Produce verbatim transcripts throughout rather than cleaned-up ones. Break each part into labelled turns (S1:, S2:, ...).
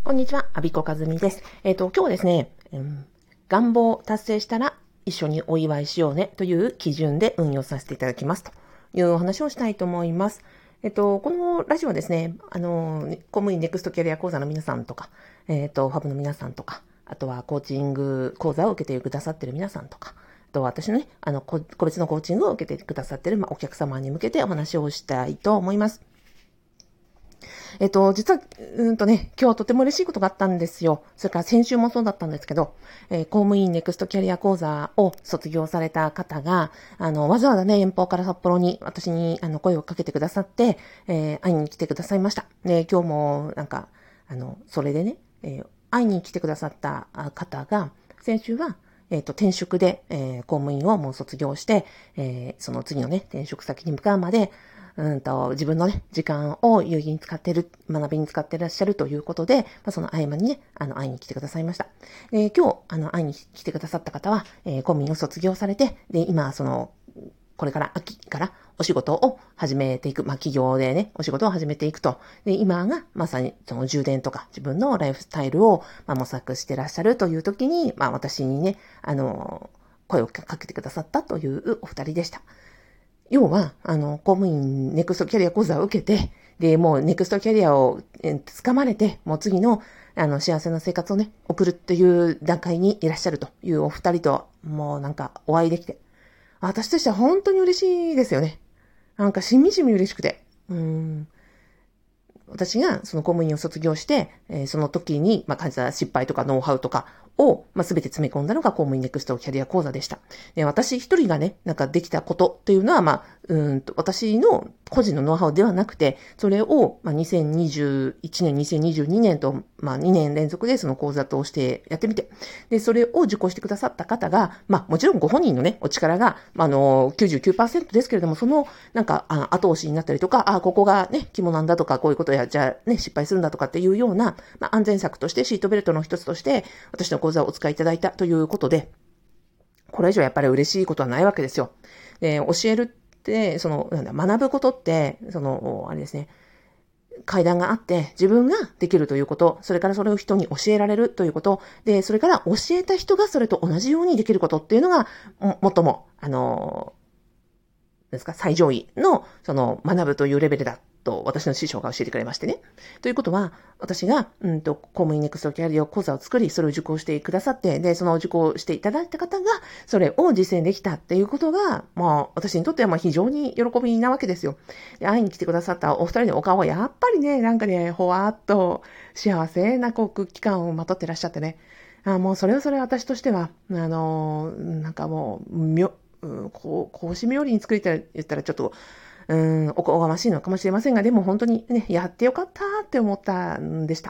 S1: こんにちは、アビコカズミです。えっ、と、今日はですね、うん、願望達成したら一緒にお祝いしようねという基準で運用させていただきますというお話をしたいと思います。えっ、と、このラジオはですね、あの、公務員ネクストキャリア講座の皆さんとか、えっ、と、ファブの皆さんとか、あとはコーチング講座を受けてくださっている皆さんとか、あと私のね、あの、個別のコーチングを受けてくださっている、まあ、お客様に向けてお話をしたいと思います。えっと、実は、うんとね、今日はとても嬉しいことがあったんですよ。それから先週もそうだったんですけど、えー、公務員ネクストキャリア講座を卒業された方が、あの、わざわざね、遠方から札幌に私にあの声をかけてくださって、えー、会いに来てくださいました。で、今日もなんか、あの、それでね、えー、会いに来てくださった方が、先週は、えっと、転職で、えー、公務員をもう卒業して、えー、その次のね、転職先に向かうまで、うんと、自分のね、時間を有意義に使ってる、学びに使ってらっしゃるということで、まあ、その合間にね、あの、会いに来てくださいました。えー、今日、あの、会いに来てくださった方は、えー、公務員を卒業されて、で、今、その、これから秋からお仕事を始めていく。まあ、企業でね、お仕事を始めていくと。で、今がまさにその充電とか自分のライフスタイルを、まあ、模索してらっしゃるという時に、まあ、私にね、あの、声をかけてくださったというお二人でした。要は、あの、公務員ネクストキャリア講座を受けて、で、もうネクストキャリアを掴まれて、もう次の、あの、幸せな生活をね、送るっていう段階にいらっしゃるというお二人と、もうなんかお会いできて、私としては本当に嬉しいですよね。なんかしみじみ嬉しくて。うーん。私がその公務員を卒業して、えー、その時に、まあ、感じた失敗とかノウハウとかを、まあ、全て詰め込んだのが公務員ネクストキャリア講座でした。で、私一人がね、なんかできたことっていうのは、まあ、うんと、私の個人のノウハウではなくて、それを、まあ、にせんにじゅういちねん、にせんにじゅうにねんと、まあ、にねん連続でその講座としてやってみて、で、それを受講してくださった方が、まあ、もちろんご本人のね、お力が、まあ、あの、きゅうじゅうきゅうパーセント ですけれども、その、なんか、あ後押しになったりとか、あ、ここがね、肝なんだとか、こういうことや、じゃあね、失敗するんだとかっていうような、まあ、安全策としてシートベルトの一つとして、私の講座をお使いいただいたということで、これ以上やっぱり嬉しいことはないわけですよ。で、教えるって、その、なんだ、学ぶことって、その、あれですね、階段があって、自分ができるということ、それからそれを人に教えられるということ、で、それから教えた人がそれと同じようにできることっていうのが、も、もっとも、あの、ですか、最上位の、その、学ぶというレベルだと、私の師匠が教えてくれましてね。ということは、私が、うんと、公務員ネクストキャリア講座を作り、それを受講してくださって、で、その受講していただいた方が、それを実践できたっていうことが、まあ、私にとっては、まあ、非常に喜びなわけですよ。で、会いに来てくださったお二人のお顔は、やっぱりね、なんかね、ほわっと、幸せな、こう、空気感をまとってらっしゃってね。あ、もう、それはそれ私としては、あの、なんかもう、みょ、うん、こう、格子冥利に作りたい言ったらちょっと、うん、おこがましいのかもしれませんが、でも本当にね、やってよかったって思ったんでした。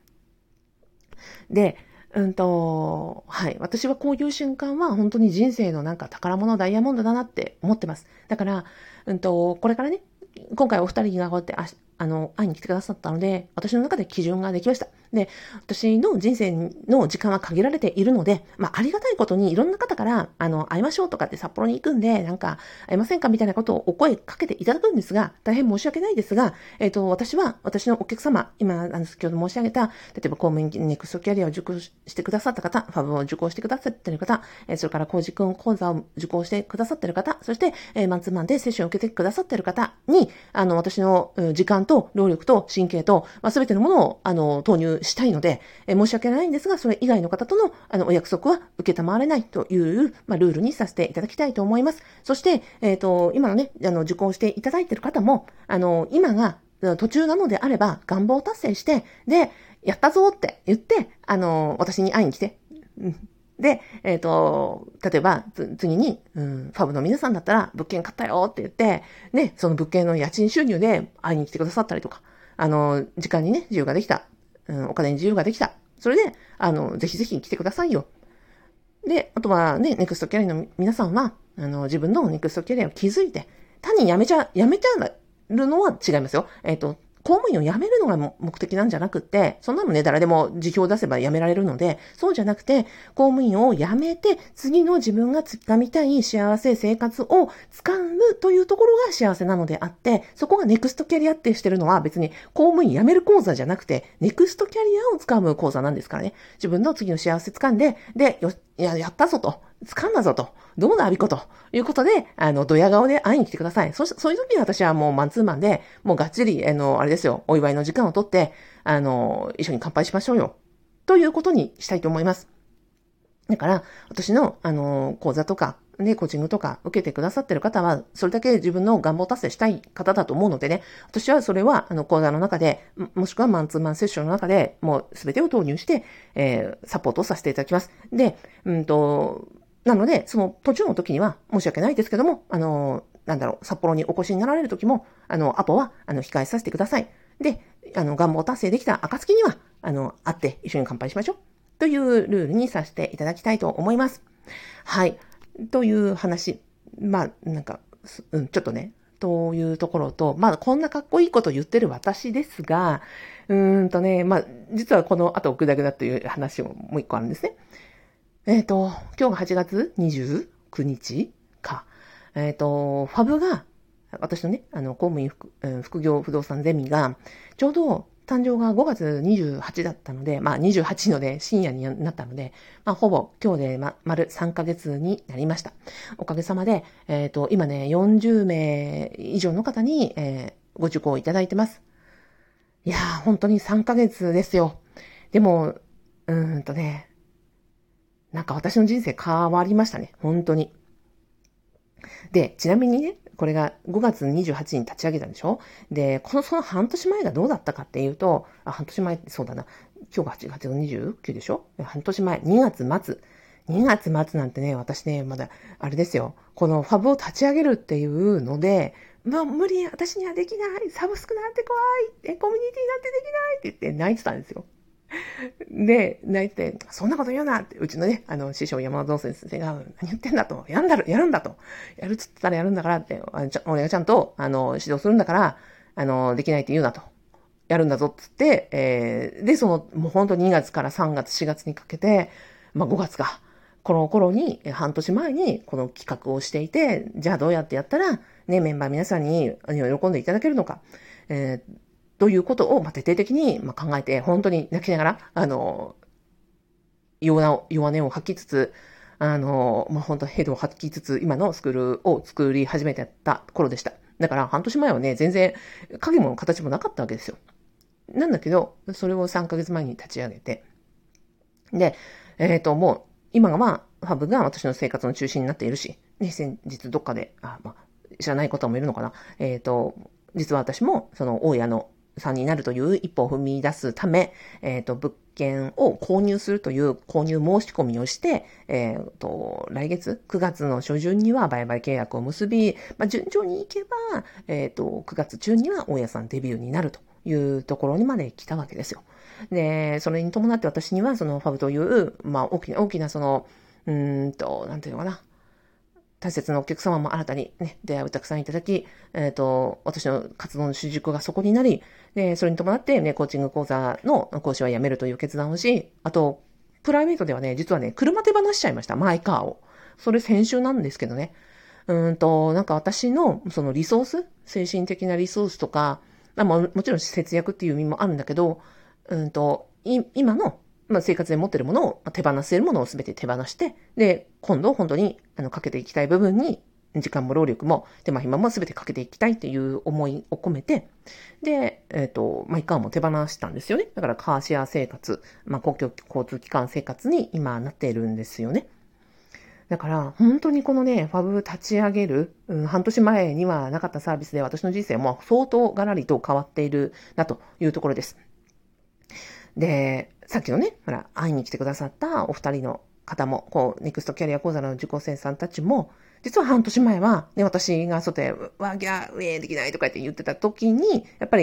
S1: で、うんと、はい。私はこういう瞬間は本当に人生のなんか宝物ダイヤモンドだなって思ってます。だから、うんと、これからね、今回お二人がこうやってあ、あの、会いに来てくださったので、私の中で基準ができました。で、私の人生の時間は限られているので、まあ、ありがたいことにいろんな方から、あの、会いましょうとかって札幌に行くんで、なんか、会いませんかみたいなことをお声かけていただくんですが、大変申し訳ないですが、えっと、私は、私のお客様、今、あの、先ほど申し上げた、例えば公務員ネクストキャリアを受講してくださった方、ファブを受講してくださっている方、それから工事君講座を受講してくださっている方、そして、マンツーマンでセッションを受けてくださっている方に、あの、私の時間と労力と神経と、まあ、全てのものを、あの、投入したいので、え申し訳ないんですが、それ以外の方との、あの、お約束は受けたまわれないという、まあ、ルールにさせていただきたいと思います。そして、えっと、今のね、あの、受講していただいている方も、あの、今が途中なのであれば、願望達成して、で、やったぞって言って、あの、私に会いに来て、で、えっと、例えば、次に、うん、ファブの皆さんだったら、物件買ったよって言って、ね、その物件の家賃収入で会いに来てくださったりとか、あの、時間にね、自由ができた。うん、お金に自由ができた。それで、あの、ぜひぜひ来てくださいよ。で、あとはね、ネクストキャリアの皆さんは、あの、自分のネクストキャリアを築いて、単にやめちゃ、やめちゃうのは違いますよ。えっと、 公務員を辞めるのが目的なんじゃなくて、そんなのね、誰でも辞表を出せば辞められるので、そうじゃなくて、公務員を辞めて、次の自分が掴みたい幸せ生活を掴むというところが幸せなのであって、そこがネクストキャリアってしてるのは別に公務員辞める講座じゃなくて、ネクストキャリアを掴む講座なんですからね。自分の次の幸せ掴んで、で、よ、や、やったぞと。掴んだぞと。どうだあびこということで、あの、ドヤ顔で会いに来てください。そし、そういう時に私はもうマンツーマンで、もうがっちり、あの、あれですよ、お祝いの時間をとって、あの、一緒に乾杯しましょうよ。ということにしたいと思います。だから、私の、あの、講座とか、ね、コーチングとか受けてくださってる方は、それだけ自分の願望達成したい方だと思うのでね、私はそれは、あの、講座の中で、もしくはマンツーマンセッションの中で、もうすべてを投入して、えー、サポートをさせていただきます。で、うんと、なので、その途中の時には、申し訳ないですけども、あの、なんだろう、札幌にお越しになられる時も、あの、アポは、あの、控えさせてください。で、あの、願望達成できた暁には、あの、会って一緒に乾杯しましょう。というルールにさせていただきたいと思います。はい。という話。まあ、なんか、うん、ちょっとね、というところと、まあ、こんなかっこいいこと言ってる私ですが、うーんとね、まあ、実はこの後、グダグダという話ももう一個あるんですね。えっと、今日がはちがつにじゅうくにちか。えっと、ファブが、私のね、あの、公務員副、副業不動産ゼミが、ちょうど誕生がごがつにじゅうはちだったので、まあにじゅうはちので深夜になったので、まあほぼ今日でま、丸さんかげつになりました。おかげさまで、えっと、今ね、よんじゅうめい以上の方に、えー、ご受講いただいてます。いやー、本当にさんかげつですよ。でも、うーんとね、なんか私の人生変わりましたね。本当に。で、ちなみにね、これがごがつにじゅうはちにちに立ち上げたんでしょ。で、この、その半年前がどうだったかっていうと、あ、半年前、そうだな。今日がはちがつのにじゅうくでしょ。半年前、にがつまつ。にがつ末なんてね、私ね、まだ、あれですよ。このファブを立ち上げるっていうので、もう無理、私にはできない、サブスクなんて怖い、え、コミュニティなんてできないって言って泣いてたんですよ。で、泣いて、そんなこと言うなって、うちのね、あの、師匠山田先生が、何言ってんだと、やんだろ、やるんだと、やるっつったらやるんだからって、あちゃ俺がちゃんと、あの、指導するんだから、あの、できないって言うなと、やるんだぞっつって、えー、で、その、もう本当ににがつからさんがつ、しがつにかけて、まあごがつか、この頃に、半年前にこの企画をしていて、じゃあどうやってやったら、ね、メンバー皆さんに喜んでいただけるのか、えーということを、まあ、徹底的に考えて、本当に泣きながら、あの、弱音を、弱音を吐きつつ、あの、まあ、本当ヘドを吐きつつ、今のスクールを作り始めてた頃でした。だから半年前はね、全然影も形もなかったわけですよ。なんだけど、それをさんかげつまえに立ち上げて。で、えっと、もう、今がまあ、ファブが私の生活の中心になっているし、ね、先日どっかで、あ、まあ、知らない方もいるのかな。えっと、実は私も、その、大家のさんになるという一歩を踏み出すため、えっと、物件を購入するという購入申し込みをして、えっと、来月、くがつの初旬には売買契約を結び、まあ、順調にいけば、えっと、くがつ中には大家さんデビューになるというところにまで来たわけですよ。で、それに伴って私には、そのファブという、まあ、大きな、大きなその、うーんと、なんていうのかな。大切なお客様も新たにね、出会いをたくさんいただき、えっと、私の活動の主軸がそこになり、で、それに伴ってね、コーチング講座の講師は辞めるという決断をし、あと、プライベートではね、実はね、車手放しちゃいました、マイカーを。それ先週なんですけどね。うーんと、なんか私のそのリソース、精神的なリソースとか、まあ、もちろん節約っていう意味もあるんだけど、うんと、い今の、まあ、生活で持っているものを、まあ、手放せるものをすべて手放して、で、今度本当にあのかけていきたい部分に、時間も労力も手間暇もすべてかけていきたいっていう思いを込めて、で、えっ、ー、と、マイカーも手放したんですよね。だからカーシェア生活、まあ、公共交通機関生活に今なっているんですよね。だから、本当にこのね、ファブ立ち上げる、うん、半年前にはなかったサービスで私の人生も相当ガラリと変わっているなというところです。で、さっきのね、ほら、会いに来てくださったお二人の方も、こう、ネクストキャリア講座の受講生さんたちも、実は半年前は、ね、私が外で、わーギャー、ウェーできないとか言って言ってた時に、やっぱり、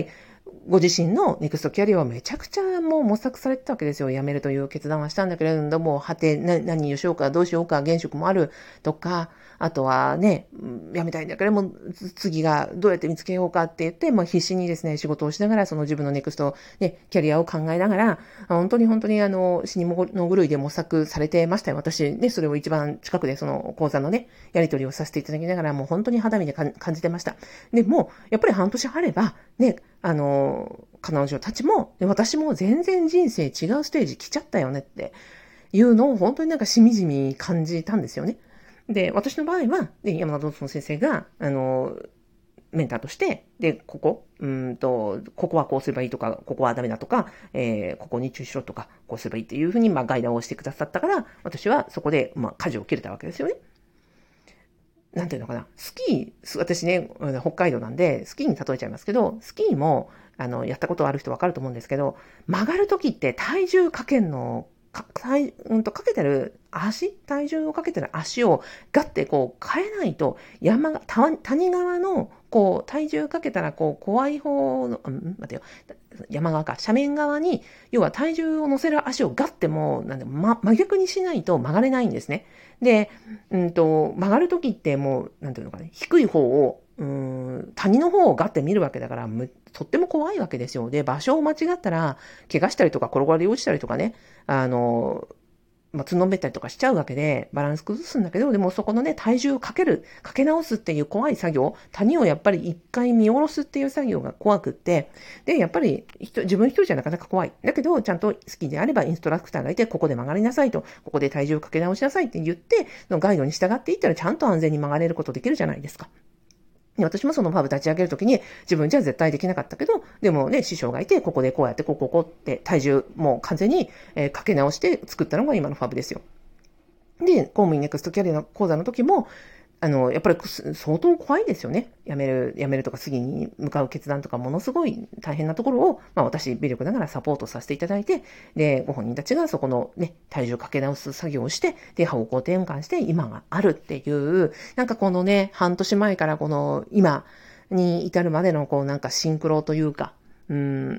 S1: ご自身のネクストキャリアはめちゃくちゃもう模索されてたわけですよ。辞めるという決断はしたんだけれども、果て、な何をしようか、どうしようか、現職もあるとか、あとはね、辞めたいんだけれども、次がどうやって見つけようかって言って、まあ、必死にですね、仕事をしながら、その自分のネクスト、ね、キャリアを考えながら、本当に本当にあの、死にもの狂いで模索されてましたよ。私ね、それを一番近くでその講座のね、やり取りをさせていただきながら、もう本当に肌身で感じてました。で、もう、やっぱり半年あれば、ね、あの、彼女たちも、私も全然人生違うステージ来ちゃったよねっていうのを本当になんかしみじみ感じたんですよね。で、私の場合は、で山田道尊先生が、あの、メンターとして、で、ここ、うんと、ここはこうすればいいとか、ここはダメだとか、えー、ここに注意しろとか、こうすればいいっていうふうに、まあ、ガイダーをしてくださったから、私はそこで、まあ、舵を切れたわけですよね。なんていうのかな。スキー、私ね、北海道なんで、スキーに例えちゃいますけど、スキーも、あの、やったことある人わかると思うんですけど、曲がるときって体重かけんの、か、体、うんと、かけてる足体重をかけてる足をガッてこう変えないと、山が、谷側の、こう、体重かけたら、こう、怖い方の、うん、待てよ、山側か、斜面側に、要は体重を乗せる足をガッてもう、なんで、ま、真逆にしないと曲がれないんですね。で、うんと、曲がるときってもう、なんていうのかね、低い方を、うーん、谷の方をガッて見るわけだから、む、とっても怖いわけですよ。で、場所を間違ったら、怪我したりとか、転がり落ちたりとかね、あの、まあ、つんのめったりとかしちゃうわけで、バランス崩すんだけど、でもそこのね、体重をかける、かけ直すっていう怖い作業、谷をやっぱり一回見下ろすっていう作業が怖くって、で、やっぱり自分一人じゃなかなか怖い。だけど、ちゃんと好きであればインストラクターがいて、ここで曲がりなさいと、ここで体重をかけ直しなさいって言って、そのガイドに従っていったらちゃんと安全に曲がれることできるじゃないですか。私もそのパブ立ち上げるときに自分じゃ絶対できなかったけど、でもね、師匠がいて、ここでこうやって、こうこうこうって体重もう完全に、えー、かけ直して作ったのが今のファブですよ。で、公務員ネクストキャリアの講座の時も、あの、やっぱり相当怖いですよね。辞める、辞めるとか次に向かう決断とかものすごい大変なところを、まあ私、微力ながらサポートさせていただいて、で、ご本人たちがそこのね、体重かけ直す作業をして、で、方向転換して今があるっていう、なんかこのね、半年前からこの今に至るまでのこうなんかシンクロというか、うん、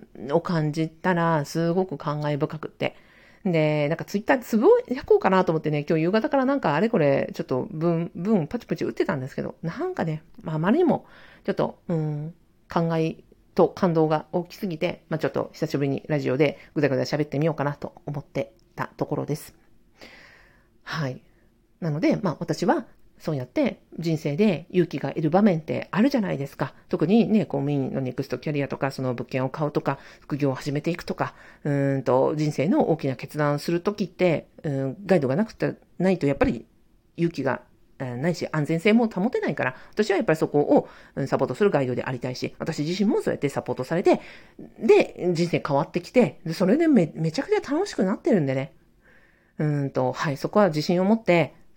S1: を感じたら、すごく感慨深くって、で、なんかツイッターでつぶやこうかなと思ってね、今日夕方からなんかあれこれ、ちょっと文、文パチパチ打ってたんですけど、なんかね、まあ、あまりにも、ちょっと、うん、考えと感動が大きすぎて、まあ、ちょっと久しぶりにラジオでぐだぐだ喋ってみようかなと思ってたところです。はい。なので、まあ、私は、そうやって人生で勇気がいる場面ってあるじゃないですか。特にね、公務員のネクストキャリアとか、その物件を買うとか、副業を始めていくとか、うーんと人生の大きな決断をするときって、うん、ガイドがなくて、ないとやっぱり勇気がないし、安全性も保てないから、私はやっぱりそこをサポートするガイドでありたいし、私自身もそうやってサポートされて、で、人生変わってきて、でそれでめ、めちゃくちゃ楽しくなってるんでね。うんと、はい、そこは自信を持って、うん、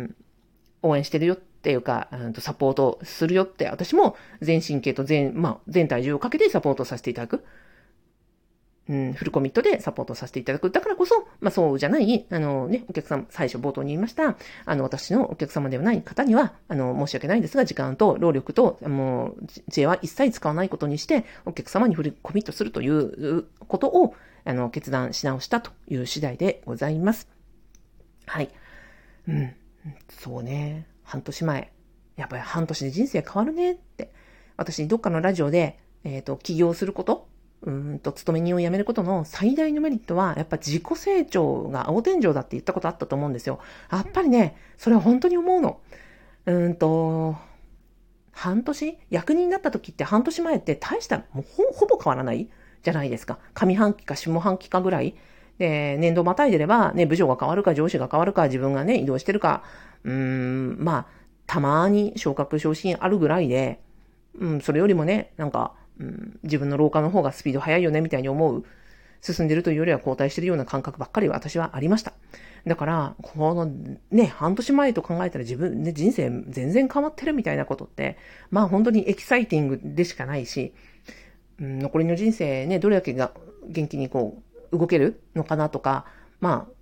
S1: 応援してるよっていうか、うんとサポートするよって、私も全神経と全、まあ、全体重をかけてサポートさせていただく。うん、フルコミットでサポートさせていただく。だからこそ、まあそうじゃない、あのね、お客様、最初冒頭に言いました、あの、私のお客様ではない方には、あの、申し訳ないですが、時間と労力と、もう、知恵は一切使わないことにして、お客様にフルコミットするということを、あの、決断し直したという次第でございます。はい。うん。そうね。半年前。やっぱり半年で人生変わるねって。私、どっかのラジオで、えっと、起業することうんと、勤め人を辞めることの最大のメリットは、やっぱ自己成長が青天井だって言ったことあったと思うんですよ。やっぱりね、それは本当に思うの。うんと、半年役人になった時って半年前って大した、もう ほ, ほぼ変わらないじゃないですか。上半期か下半期かぐらい。で、年度またいでれば、ね、部署が変わるか上司が変わるか自分がね、移動してるか、うーん、まあ、たまに昇格昇進あるぐらいで、うん、それよりもね、なんか、うん、自分の老化の方がスピード速いよね、みたいに思う。進んでるというよりは後退してるような感覚ばっかり私はありました。だから、このね、半年前と考えたら自分ね、人生全然変わってるみたいなことって、まあ本当にエキサイティングでしかないし、うん、残りの人生ね、どれだけが元気にこう、動けるのかなとか、まあ、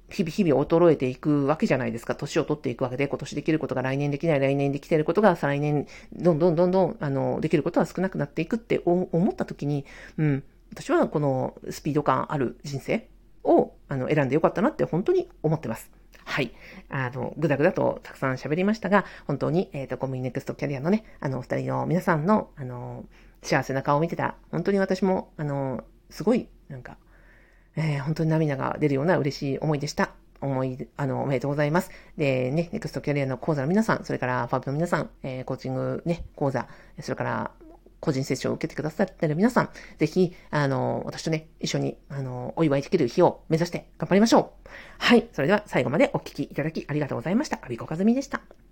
S1: 日々日々衰えていくわけじゃないですか。年を取っていくわけで、今年できることが来年できない、来年できていることが再来年、どんどんどんどん、あの、できることは少なくなっていくって思ったときに、うん、私はこのスピード感ある人生を、あの、選んでよかったなって本当に思ってます。はい。あの、ぐだぐだとたくさん喋りましたが、本当に、えっと、コミュニネクストキャリアのね、あの、お二人の皆さんの、あの、幸せな顔を見てた、本当に私も、あの、すごい、なんか、えー、本当に涙が出るような嬉しい思いでした。思い、あの、おめでとうございます。で、ね、ネクストキャリアの講座の皆さん、それからファブの皆さん、えー、コーチングね、講座、それから、個人セッションを受けてくださっている皆さん、ぜひ、あの、私とね、一緒に、あの、お祝いできる日を目指して頑張りましょう。はい。それでは最後までお聞きいただきありがとうございました。アビコカズミでした。